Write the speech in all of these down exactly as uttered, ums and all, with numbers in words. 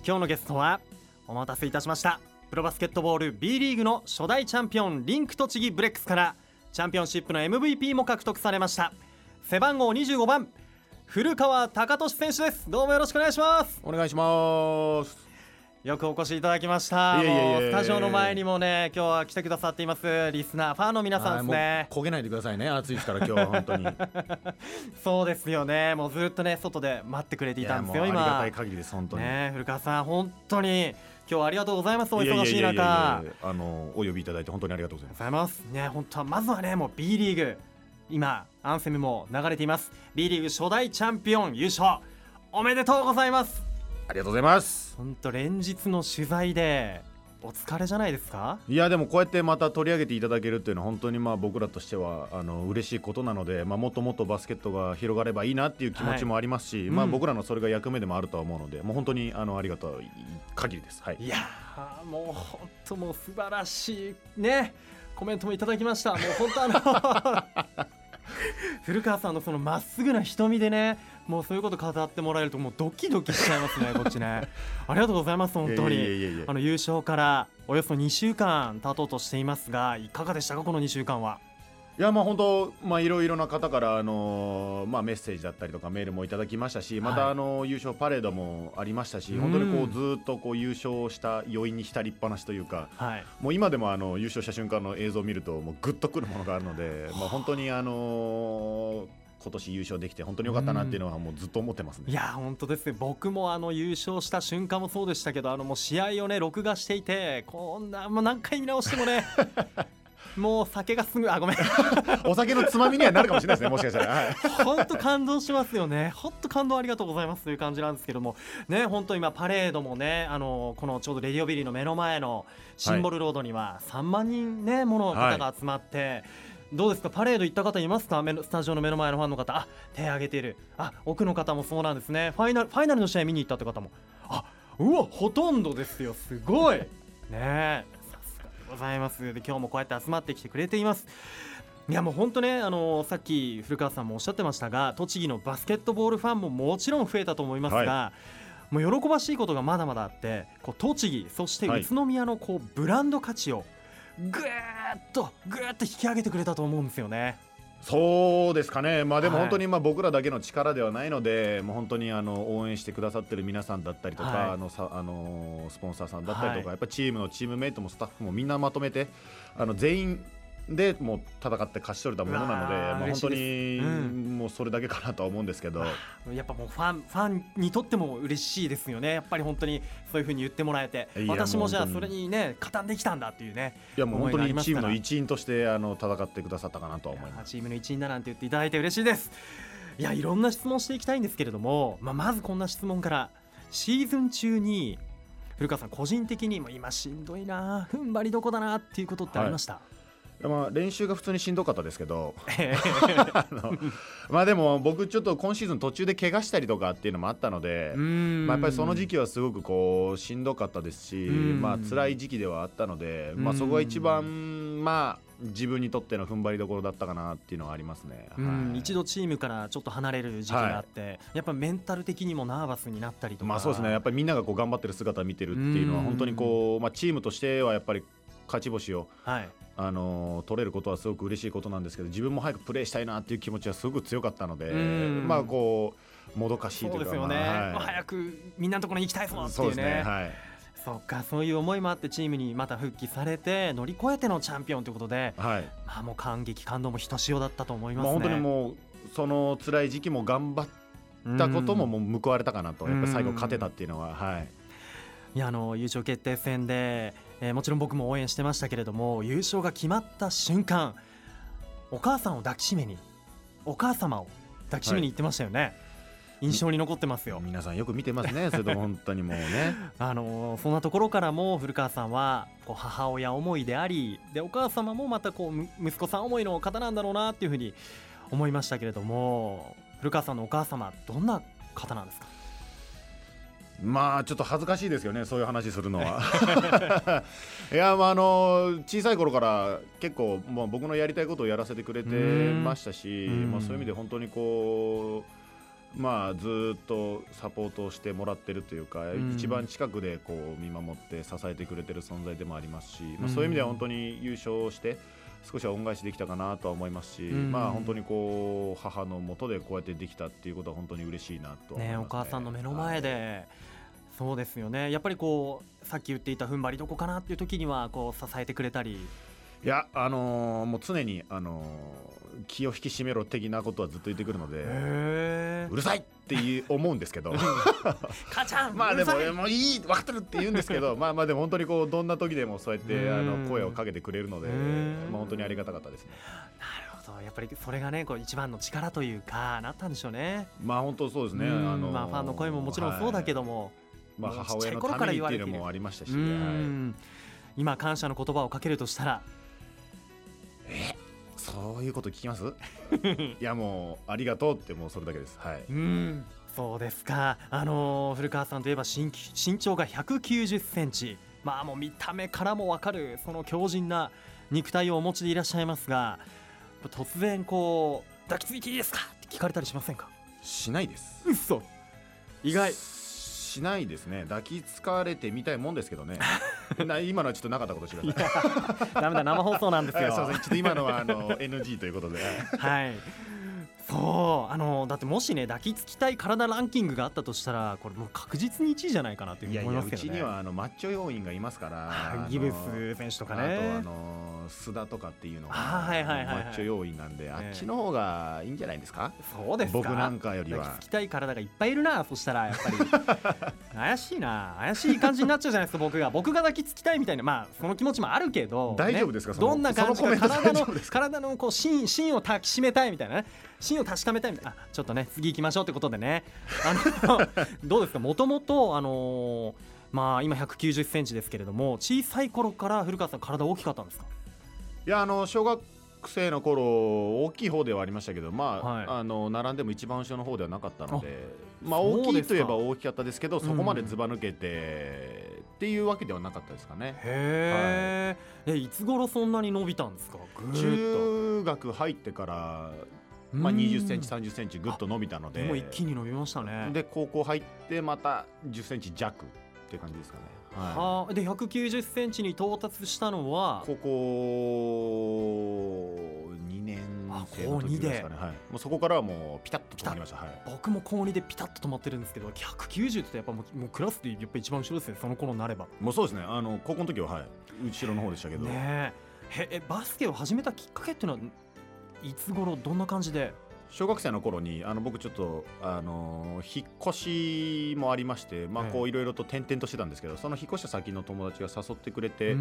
今日のゲストはお待たせいたしました、プロバスケットボール B リーグの初代チャンピオンリンク栃木ブレックスからチャンピオンシップの エムブイピー も獲得されました背番号にじゅうごばん古川貴俊選手です。どうもよろしくお願いします。 お願いします。 よくお越しいただきました。 いやいやいやいや、 もうスタジオの前にもね今日は来てくださっていますリスナーファンの皆さんですね。 もう焦げないでくださいね、暑いですから今日は本当にそうですよね、もうずっとね外で待ってくれていたんですよ。今ありがたい限りです本当にね。古川さん本当に今日はありがとうございます。お忙しい中いやいやいやいやあのお呼びいただいて本当にありがとうございます。 ございますね。本当はまずはねもう B リーグ今アンセムも流れています。 B リーグ初代チャンピオン優勝おめでとうございます。 ありがとうございます。 本当連日の取材でお疲れじゃないですか。 いやでもこうやってまた取り上げていただけるっていうのは本当にまあ僕らとしてはあの嬉しいことなので、まあ、もっともっとバスケットが広がればいいなっていう気持ちもありますし、はい、まあ、僕らのそれが役目でもあるとは思うので、もう本当にあのありがたい限りです、はい、 いやもう本当もう素晴らしいねコメントもいただきました。もう本当あの古川さんのそのまっすぐな瞳でねもうそういうこと語ってもらえるともうドキドキしちゃいますねこっちね。ありがとうございます。本当にいやいやいやいや、 あの優勝からおよそにしゅうかん経とうとしていますがいかがでしたかこのにしゅうかんは。 いやまあ本当まあいろいろな方からあのーまあメッセージだったりとかメールもいただきましたし、またあの優勝パレードもありましたし、本当にこうずっとこう優勝した余韻に浸りっぱなしというか、 はい、 もう今でもあの優勝した瞬間の映像を見るともうグッとくるものがあるので、まあ本当にあのー今年優勝できて本当に良かったなっていうのはもうずっと思ってますね。 いや本当ですね。僕もあの優勝した瞬間もそうでしたけど、あのもう試合をね録画していてこんな、まあ、何回見直してもねもう酒がすぐあごめんお酒のつまみにはなるかもしれないですねもしかしたら、はい、 本当感動しますよね。本当感動ありがとうございますという感じなんですけどもね。本当今パレードもねあのこのちょうどレディオビリーの目の前のシンボルロードにはさんまんにんねもの方が集まって、はい、どうですかパレード行った方いますか。スタジオの目の前のファンの方、あ手挙げている。あ奥の方もそうなんですね。ファイナルファイナルの試合見に行ったって方もあうわほとんどですよ。すごいねさすがでございます。で今日もこうやって集まってきてくれています。いやもう本当ねあのさっき古川さんもおっしゃってましたが栃木のバスケットボールファンももちろん増えたと思いますが、はい、もう喜ばしいことがまだまだあってこう栃木そして宇都宮のこうブランド価値をぐーっとぐーっと引き上げてくれたと思うんですよね。 そうですかね、まあ、でも本当にまあ僕らだけの力ではないので、はい、もう本当にあの応援してくださってる皆さんだったりとか、はい、あのさあのスポンサーさんだったりとか、はい、やっぱチームのチームメイトもスタッフもみんなまとめてあの全員でもう戦って勝ち取れたものなので、まあ、本当にもうそれだけかなとは思うんですけど、 うん、やっぱもうファンファンにとっても嬉しいですよね。やっぱり本当にそういう風に言ってもらえて私もじゃあそれにね加担できたんだっていうね。 いやもう本当にチームの一員としてあの戦ってくださったかなとは思います。 チームの一員だなんて言っていただいて嬉しいです。いやいろんな質問していきたいんですけれども、まあ、まずこんな質問から。シーズン中に古川さん個人的にも今しんどいな踏ん張りどこだなっていうことってありました？はい、 まあ、練習が普通にしんどかったですけどあのまあでも僕ちょっと今シーズン途中で怪我したりとかっていうのもあったので、まあ、やっぱりその時期はすごくこうしんどかったですし、まあ辛い時期ではあったので、まあ、そこが一番まあ自分にとっての踏ん張りどころだったかなっていうのはありますね。 はい、一度チームからちょっと離れる時期があって、はい、やっぱメンタル的にもナーバスになったりとか、 まあそうですね、やっぱりみんながこう頑張ってる姿を見てるっていうのは本当にこう、まあ、チームとしてはやっぱり勝ち星を、はい、あのー、取れることはすごく嬉しいことなんですけど、自分も早くプレーしたいなっていう気持ちはすごく強かったので、まあこうもどかしいというか、 そうですよね、 まあはい、 早くみんなのところに行きたいぞっていうね。 そうですね、はい、 そうかそういう思いもあってチームにまた復帰されて乗り越えてのチャンピオンということで、はい、まあ、もう感激感動もひとしおだったと思いますね。 まあ、本当にもうその辛い時期も頑張ったことももう報われたかなと、やっぱり最後勝てたっていうのは、はい、 いやあの優勝決定戦で、えー、もちろん僕も応援してましたけれども優勝が決まった瞬間お母さんを抱きしめにお母様を抱きしめに行ってましたよね。はい、印象に残ってますよ。 皆さんよく見てますねそれとも本当にもうねあのそんなところからも古川さんはこう母親思いでありでお母様もまたこう息子さん思いの方なんだろうなっていうふうに思いましたけれども、古川さんのお母様どんな方なんですか？ まあちょっと恥ずかしいですよねそういう話するのはいや、まあ、あの小さい頃から結構、まあ、僕のやりたいことをやらせてくれてましたし、まあ、そういう意味で本当にこうまあ、ずっとサポートをしてもらってるというか、うん、一番近くでこう見守って支えてくれてる存在でもありますし、まあ、そういう意味では本当に優勝して少しは恩返しできたかなとは思いますし、うん、まあ、本当にこう母の下でこうやってできたっていうことは本当に嬉しいなと思いますね。 ね、お母さんの目の前で、はい、そうですよね。やっぱりこうさっき言っていた踏ん張りどこかなっていう時にはこう支えてくれたり。 いや、あのー、もう常に、あのー、気を引き締めろ的なことはずっと言ってくるので、うるさいっていう思うんですけど母ちゃんまあでももういい分かってるって言うんですけどまあまあでも本当にこうどんな時でもそうやってあの声をかけてくれるので、まあ、本当にありがたかったですね。 なるほど、やっぱりそれがねこう一番の力というかなったんでしょうね。 まあ本当そうですね。あのーまあ、ファンの声ももちろんそうだけども、 はい、まあ、母親のためにっていうのもありましたし、はい、 今感謝の言葉をかけるとしたら、 えそういうこと聞きますいやもうありがとうってもうそれだけです。はい、 うん、そうですか。あのー、古川さんといえば身長がひゃくきゅうじゅっセンチ、まあもう見た目からも分かるその強靭な肉体をお持ちでいらっしゃいますが、突然こう抱きついていいですかって聞かれたりしませんか？ しないです。 うっそ、意外。 しないですね。抱きつかれてみたいもんですけどね今のはちょっとなかったことしてくださいダメだ、生放送なんですよそうそう、ちょっと今のはあの エヌジー ということではい、そう、あのだってもしね抱きつきたい体ランキングがあったとしたらこれもう確実にいちいじゃないかなというふうに思いますけどね。 いやいや、うちにはあのマッチョ要員がいますから、 ギブス選手とかね、 あとあの須田とかっていうのがマッチョ要員なんで、あっちの方がいいんじゃないですか。 そうですか。 僕なんかよりは抱きつきたい体がいっぱいいるな。そしたらやっぱり怪しいな、怪しい感じになっちゃうじゃないですか。僕が僕が抱きつきたいみたいな、まあその気持ちもあるけど、 大丈夫ですか、 ね、どんな感じか体の体のこう芯芯を抱きしめたいみたいなね、芯を確かめたいみたいな。あ、ちょっとね次行きましょうってことでね、あのどうですか、もともとあのー、まあ今ひゃくきゅうじゅっセンチですけれども、小さい頃から古川さん体大きかったんですか？ いや、あの小学生の頃大きい方ではありましたけど、まあ、はい、あの並んでも一番後ろの方ではなかったので、まあ大きいといえば大きかったですけど、そこまでずば抜けてっていうわけではなかったですかね。 へー、はい、えいつ頃そんなに伸びたんですか？ぐーっと中学入ってから、まあ、にじゅっセンチさんじゅっセンチぐっと伸びたので、 でも一気に伸びましたね。 で高校入ってまたじゅっセンチ弱っていう感じですかね。 はい、でひゃくきゅうじゅっセンチに到達したのは高校にねん生の時ですかね。はい、もうそこからはもうピタッと止まりました。はい、 僕も高にでピタッと止まってるんですけど、ひゃくきゅうじゅうってやっぱもう、もうクラスでやっぱ一番後ろですね。その頃になればもうそうですね。あの高校の時は、はい、後ろの方でしたけどね。ええバスケを始めたきっかけっていうのはいつ頃、どんな感じで？ 小学生の頃にあの僕ちょっとあの引っ越しもありまして、まあこういろいろと転々としてたんですけど、その引っ越した先の友達が誘ってくれて、うん、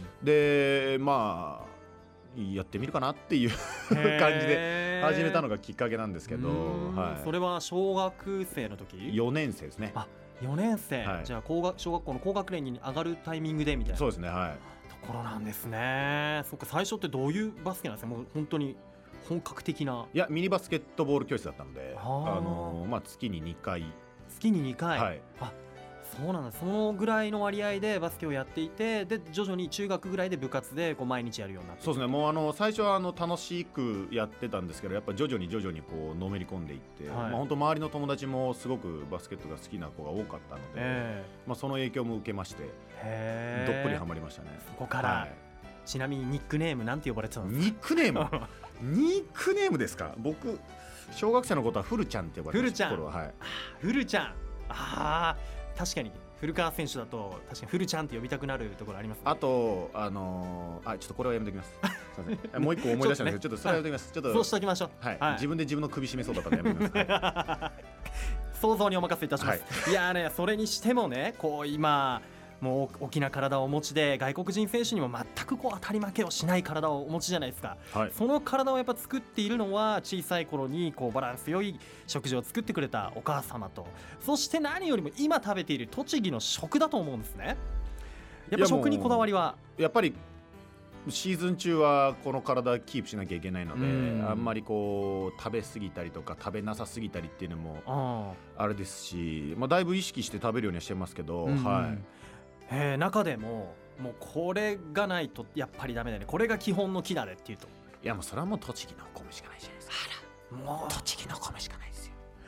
でまあやってみるかなっていう感じで始めたのがきっかけなんですけど、 はい、それは小学生の時？ よねん生ですね。 あ、よねん生、はい、じゃあ高学小学校の高学年に上がるタイミングでみたいな。 そうですね、はい、 ところなんですね。そっか、最初ってどういうバスケなんですか？もう本当に本格的な。 いや、ミニバスケットボール教室だったので、あのーまあ、月ににかい。 月ににかい、 はい、 あ、そうなんだ。そのぐらいの割合でバスケをやっていて、で徐々に中学ぐらいで部活でこう毎日やるようになって。 そうですね。もうあの最初はあの楽しくやってたんですけど、やっぱ徐々に徐々にこうのめり込んでいって、はい、まあ、本当周りの友達もすごくバスケットが好きな子が多かったので、えーまあ、その影響も受けまして、 へどっぷりハマりましたね。 そこから、はい、ちなみにニックネームなんて呼ばれてたんですか？ ニックネームニックネームですか？僕小学生のことはフルちゃんって呼ばれてました。 フルちゃん、はい、フルちゃん、あー、確かに古川選手だと確かにフルちゃんって呼びたくなるところありますね。 あとあのー、あちょっとこれはやめておきます。すいませんもう一個思い出したんですけど、ちょっとそれはやめておきます。ちょっとそうしておきましょう。 はい、はい、自分で自分の首絞めそうだったのでやめておきます。 想像にお任せいたします。はい、いやね、それにしてもね、こう今もう大きな体をお持ちで、外国人選手にも全くこう当たり負けをしない体をお持ちじゃないですか。はい、その体をやっぱ作っているのは、小さい頃にこうバランス良い食事を作ってくれたお母様と、そして何よりも今食べている栃木の食だと思うんですね。やっぱ食にこだわりは？ やっぱりシーズン中はこの体キープしなきゃいけないので、んあんまりこう食べ過ぎたりとか食べなさすぎたりっていうのもあれですし、まあ、だいぶ意識して食べるようにはしてますけど、はい、 えー、中でももうこれがないとやっぱりダメだね、これが基本の木だねっていうと？ いや、もうそれはもう栃木のお米しかないじゃないですか。あら、もう栃木のお米しかないですよ。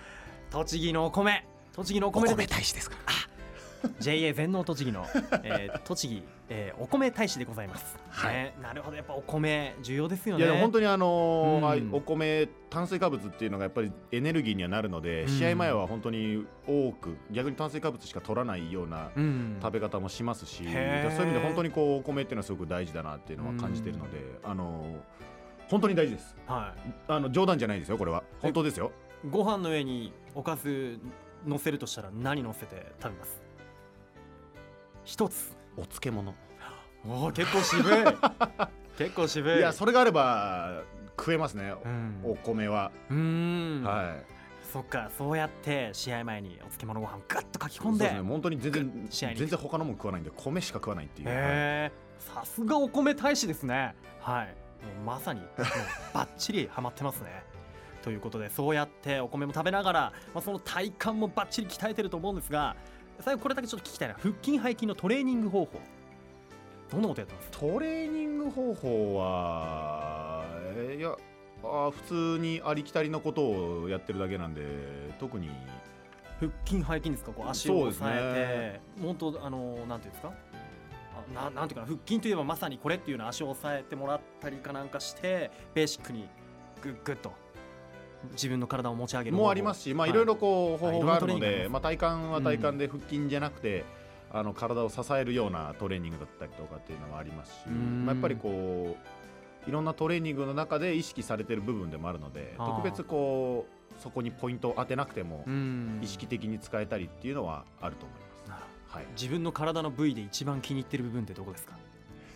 栃木のお米栃木のお米でお米大使ですから。 ジェイエー 全農栃木の、えー、栃木、えー、お米大使でございます、 はい、 ね、なるほど。やっぱお米重要ですよね。 いや本当にあのーうん、 お米炭水化物っていうのがやっぱりエネルギーにはなるので、うん、試合前は本当に多く逆に炭水化物しか取らないような食べ方もしますし、うん、そういう意味で本当にこうお米っていうのはすごく大事だなっていうのは感じているので、うん、あのー、本当に大事です、はい、あの冗談じゃないですよ、これは本当ですよ。 ご飯の上におかず乗せるとしたら何乗せて食べます？一つお漬物。 お結構渋い結構渋い。 いやそれがあれば食えますね、うん、お米は。 うーん、 はい、 そっか。そうやって試合前にお漬物ご飯ガッとかき込んで、 そうですね、本当に全然全然他のもん食わないんで米しか食わないっていう。 へー、さすがお米大使ですね。はい、もうまさにもうバッチリハマってますねということで、そうやってお米も食べながら、まあ、その体幹もバッチリ鍛えてると思うんですが、最後これだけちょっと聞きたいな。腹筋背筋のトレーニング方法どんなことやってます？ トレーニング方法は、えー、いやあ普通にありきたりのことをやってるだけなんで、特に腹筋背筋ですか？こう足を押さえて、本当あのなんていうんですか、あ な, なんていうかな、腹筋といえばまさにこれっていうのを足を押さえてもらったりかなんかして、ベーシックにグッグッと自分の体を持ち上げるもありますし、まあ、いろいろこう方法があるので、まあ、体幹は体幹で腹筋じゃなくて、うん、あの体を支えるようなトレーニングだったりとかっていうのはありますし、まあ、やっぱりこういろんなトレーニングの中で意識されてる部分でもあるので、特別こうそこにポイントを当てなくても意識的に使えたりっていうのはあると思います。 はい、自分の体の部位で一番気に入ってる部分ってどこですか？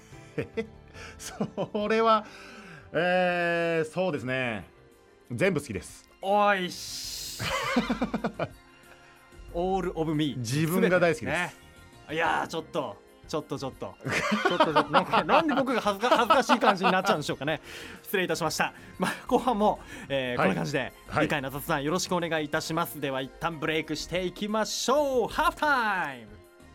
それは、えー、そうですね、全部好きです。 おいしオールオブミー、 自分が大好きです、 ね、いやーちょっとちょっとちょっとちょっとなんかなんで僕が恥ずか、恥ずかしい感じになっちゃうんでしょうかね。失礼いたしました。まあ、後半も、えーはい、こんな感じで愉快な雑談よろしくお願いいたします、はい、では一旦ブレイクしていきましょう。ハーフタイム。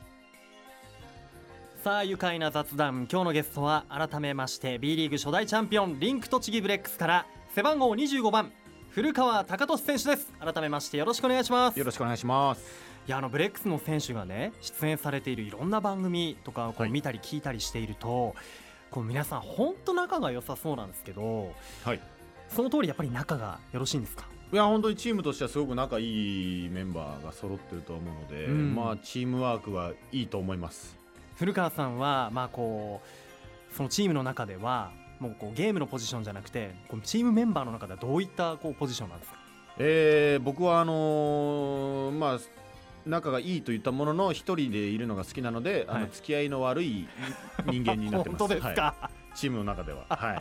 さあ愉快な雑談、今日のゲストは改めまして B リーグ初代チャンピオンリンク栃木ブレックスから背番号にじゅうごばん古川貴俊選手です。改めましてよろしくお願いします。 よろしくお願いします。 いやあのブレックスの選手がね出演されているいろんな番組とかをこう見たり聞いたりしていると、はい、こう皆さん本当仲が良さそうなんですけど、はい、その通りやっぱり仲がよろしいんですか？ いや本当にチームとしてはすごく仲いいメンバーが揃ってると思うので、うん、まあチームワークはいいと思います。 古川さんはまあこうそのチームの中ではもうこうゲームのポジションじゃなくてこうチームメンバーの中ではどういったこうポジションなんですか？ えー、僕はあのー、まあ仲がいいといったものの一人でいるのが好きなので、はい、あの付き合いの悪い人間になってます。 本当ですか？ はい、チームの中では、はい、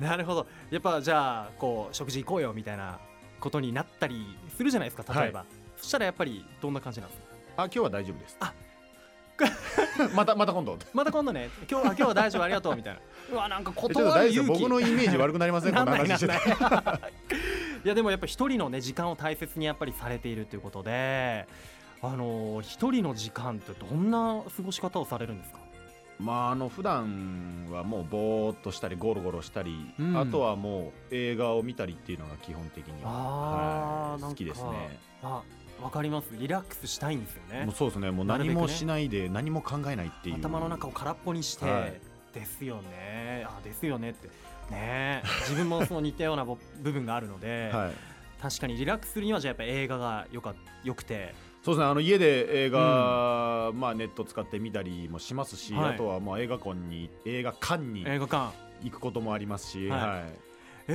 なるほど。やっぱじゃあこう食事行こうよみたいなことになったりするじゃないですか、例えば、はい、そしたらやっぱりどんな感じなんですか？ あ、今日は大丈夫です。あまたまた今度また今度ね、今日は今日は大丈夫ありがとうみたいな。うわなんか断る勇気。 僕のイメージ悪くなりませんか？ なんないなんないいやでもやっぱ一人のね時間を大切にやっぱりされているということで、あの一人の時間ってどんな過ごし方をされるんですか？ まああの普段はもうぼーっとしたりゴロゴロしたり、うん、あとはもう映画を見たりっていうのが基本的には、はい、好きですね。 あわかります。リラックスしたいんですよね。 もうそうですね。もう何もしないで何も考えないっていう、 頭の中を空っぽにして、はい、ですよね。あですよねってね。自分もその似たような部分があるので、はい、確かにリラックスするにはじゃあやっぱ映画がよかよくて。 そうですね。あの家で映画、うん、まあネット使って見たりもしますし、はい、あとはもう映画館に映画館に映画館行くこともありますし、はいはい、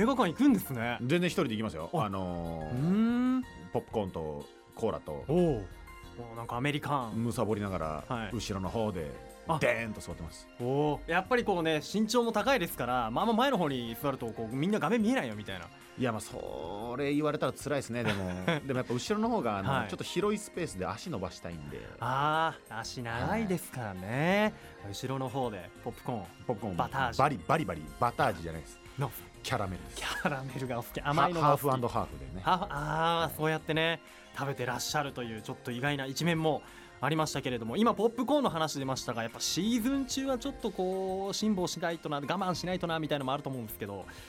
映画館行くんですね。 全然一人で行きますよ。あのー、うんポップコーンとコーラとおなんかアメリカンむさぼりながら、はい、後ろの方でデーンと座ってます。 おやっぱりこうね身長も高いですから、まあ、まあ前の方に座るとこうみんな画面見えないよみたいな。 いやまあそれ言われたら辛いですね。でもでもやっぱ後ろの方があの、はい、ちょっと広いスペースで足伸ばしたいんで。 ああ足長いですからね、はい、後ろの方でポップコーンポップコーンバター味バリバリバリバター味じゃないですのキャラメルです。 キャラメルがお好き。甘いのが好き。ハーフ&ハーフでね。 ハーフああそうやってね食べてらっしゃるというちょっと意外な一面もありましたけれども、今ポップコーンの話出ましたが、やっぱシーズン中はちょっとこう辛抱しないとな我慢しないとなみたいなのもあると思うんですけど、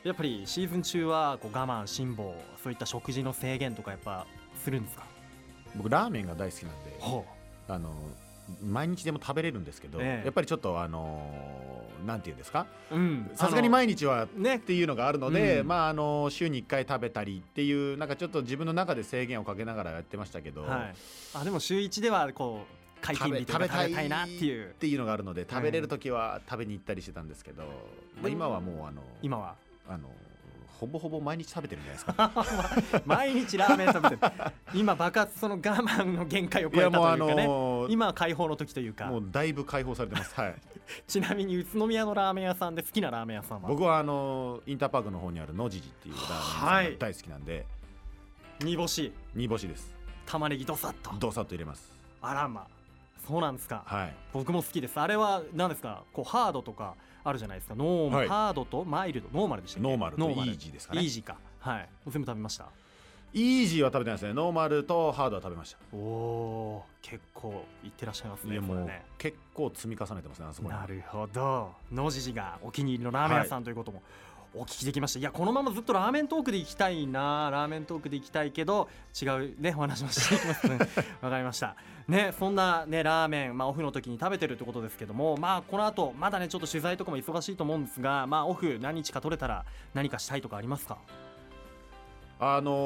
やっぱりシーズン中はこう我慢辛抱そういった食事の制限とかやっぱするんですか？ 僕ラーメンが大好きなんで、 ほうあの毎日でも食べれるんですけど、ええ、やっぱりちょっとあのー、なんていうんですか、さすがに毎日はっていうのがあるので、ね、まああの週にいっかい食べたりっていうなんかちょっと自分の中で制限をかけながらやってましたけど、はい、 あでも週いちではこう解禁日とか食べたいなっていうっていうのがあるので食べれる時は食べに行ったりしてたんですけど、うんまあ、今はもうあの今はあのほぼほぼ毎日食べてるんじゃないですか毎日ラーメン食べてる今爆発その我慢の限界を超えたというかね、いやもうあのー、今は解放の時というかもうだいぶ解放されてます、はい、 ちなみに宇都宮のラーメン屋さんで好きなラーメン屋さんは？ 僕はあのー、インターパークの方にあるのじじっていうラーメン屋さんが大好きなんで、はい、 煮干し煮干しです。 玉ねぎドサッとドサッと入れます。 あらまそうなんですか、 はい、僕も好きです。あれは何ですか、こうハードとかあるじゃないですか、ノー、はい、ハードとマイルド、ノーマルでしたっけ？ ノーマルとイージーですかね。 イージーか、はい、全部食べました。 イージーは食べてないですね。ノーマルとハードは食べました。 おお、結構いってらっしゃいますね。 いやもうね、 結構積み重ねてますね、あそこに。 なるほど、のじじがお気に入りのラーメン屋さんということも、はい、お聞きできました。いやこのままずっとラーメントークで行きたいな、ラーメントークで行きたいけど違うねお話もしていきますねわかりましたね。そんなねラーメン、まあ、オフの時に食べてるってことですけども、まあこの後まだねちょっと取材とかも忙しいと思うんですが、まあオフ何日か取れたら何かしたいとかありますか？ あの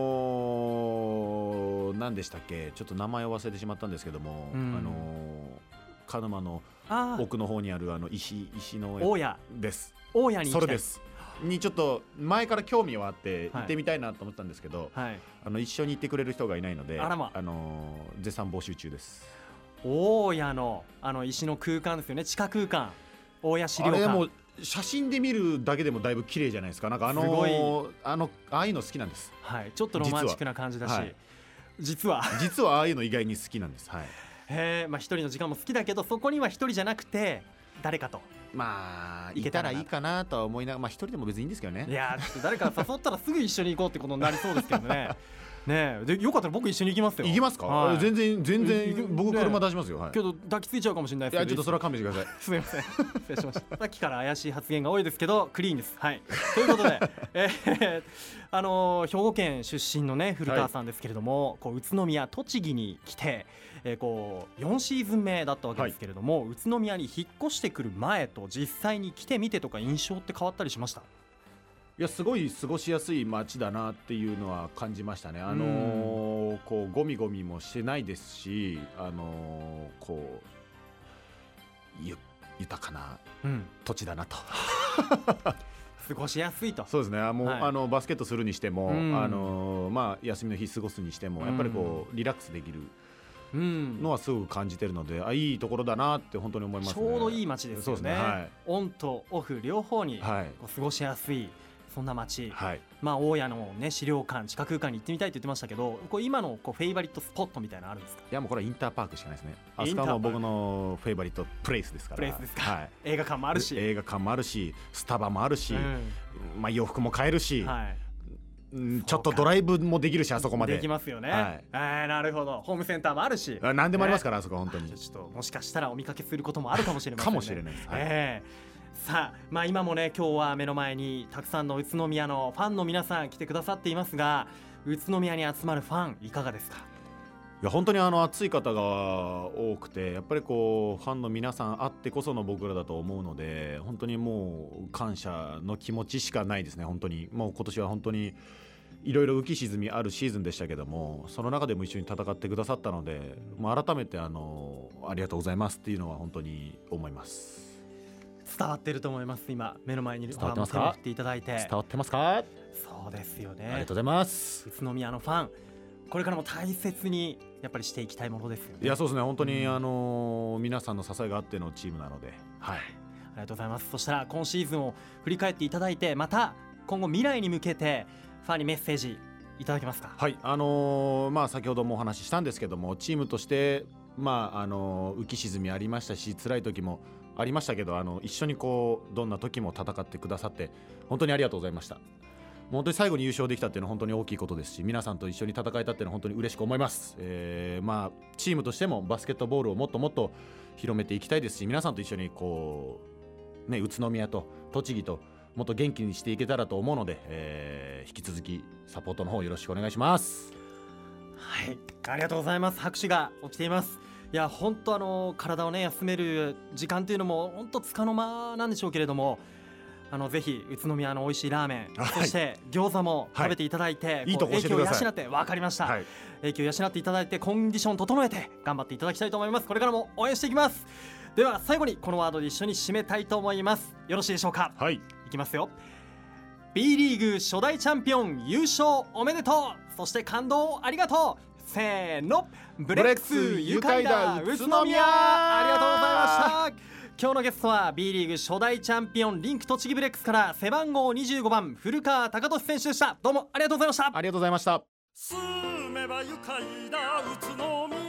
ー、何でしたっけ、ちょっと名前を忘れてしまったんですけども、うん、あのー、鹿沼の奥の方にあるあの石石の大家です大家に行きたい。 それですにちょっと前から興味はあって行ってみたいなと思ったんですけど、はい、あの一緒に行ってくれる人がいないので、あら、まあのー、絶賛募集中です。 大家のあの石の空間ですよね、地下空間、大家資料館。 あれも写真で見るだけでもだいぶ綺麗じゃないですか。なんかあのー、あのああいうの好きなんです、 はい、ちょっとロマンチックな感じだし、はい、実は実はああいうの意外に好きなんです、はい、 へー、まあ、一人の時間も好きだけどそこには一人じゃなくて誰かとまあいたらいいかなとは思いながら、まあ一人でも別にいいんですけどね。 いや誰か誘ったらすぐ一緒に行こうってことになりそうですけどねねえ、でよかったら僕一緒に行きますよ。 行きますか？はい、全然全然僕車出しますよ、はい、 けど抱きついちゃうかもしれないですけど。 いやちょっとそれは勘弁してくださいすみません失礼しましたさっきから怪しい発言が多いですけどクリーンです。はい、ということで、えー、あのー、兵庫県出身のね古川さんですけれども、はい、こう宇都宮栃木に来て、えー、こうよんシーズン目だったわけですけれども、はい、宇都宮に引っ越してくる前と実際に来てみてとか印象って変わったりしました？ いやすごい過ごしやすい街だなっていうのは感じましたね。あのー、こうゴミゴミもしてないですし、あのー、こうゆ豊かな土地だなと、 過ごしやすいと。 そうですね。もう、はい、あのバスケットするにしても、あのー、まあ休みの日過ごすにしてもやっぱりこうリラックスできるのはすごく感じてるので、あいいところだなって本当に思いますね。 ちょうどいい街ですよね。そうですね、はい、オンとオフ両方にこう過ごしやすい、そんな街、はい、まあ大家の、ね、資料館、地下空間に行ってみたいって言ってましたけど、こう今のこうフェイバリットスポットみたいなのあるんですか？ いやもうこれはインターパークしかないですね。あそこは僕のフェイバリットプレイスですから。 プレイスですか、 はい、 映画館もあるし映画館もあるしスタバもあるし、うん、まあ、洋服も買えるし、はい、ちょっとドライブもできるし、あそこまでできますよね、はい、えー、なるほど。ホームセンターもあるし、 何でもありますから、 ね、 あそこ本当にちょっともしかしたらお見かけすることもあるかもしれませんねかもしれないです、はい、 えーさあ、まあ、今もね今日は目の前にたくさんの宇都宮のファンの皆さん来てくださっていますが、宇都宮に集まるファンいかがですか？ いや本当にあの熱い方が多くて、やっぱりこうファンの皆さんあってこその僕らだと思うので、本当にもう感謝の気持ちしかないですね。本当にもう今年は本当にいろいろ浮き沈みあるシーズンでしたけども、その中でも一緒に戦ってくださったので、もう改めてあのありがとうございますっていうのは本当に思います。 伝わってると思います。今目の前にファンも手を振っていただいて。 伝わってますか？ そうですよね。 ありがとうございます。 宇都宮のファン、これからも大切にやっぱりしていきたいものですよね。 いやそうですね、本当に、うん、あの皆さんの支えがあってのチームなので、はい、 ありがとうございます。そしたら今シーズンを振り返っていただいて、また今後未来に向けてファンにメッセージいただけますか？ はい、あのー、まあ先ほどもお話ししたんですけども、チームとしてまああのー、浮き沈みありましたし、辛い時もありましたけど、あの一緒にこうどんな時も戦ってくださって本当にありがとうございました。本当に最後に優勝できたっていうのは本当に大きいことですし、皆さんと一緒に戦えたっていうのは本当に嬉しく思います。えー、まあチームとしてもバスケットボールをもっともっと広めていきたいですし、皆さんと一緒にこうね宇都宮と栃木ともっと元気にしていけたらと思うので、えー、引き続きサポートの方よろしくお願いします。 はい、ありがとうございます。拍手が起きています。いや本当あの体をね休める時間というのも本当つかの間なんでしょうけれども、あのぜひ宇都宮の美味しいラーメン、はい、そして餃子も食べていただいて、はい、いいとこ教えてください。影響を養って分かりました、はい、影響を養っていただいてコンディション整えて頑張っていただきたいと思います。これからも応援していきます。では最後にこのワードで一緒に締めたいと思います。よろしいでしょうか。 はい、 いきますよ。 B リーグ初代チャンピオン優勝おめでとう、そして感動ありがとう。せーの、ブレックス愉快だ宇都宮。ありがとうございました。今日のゲストは B リーグ初代チャンピオンリンク栃木ブレックスから背番号にじゅうごばん古川貴俊選手でした。どうもありがとうございました。 ありがとうございました。 住めば愉快だ宇都宮。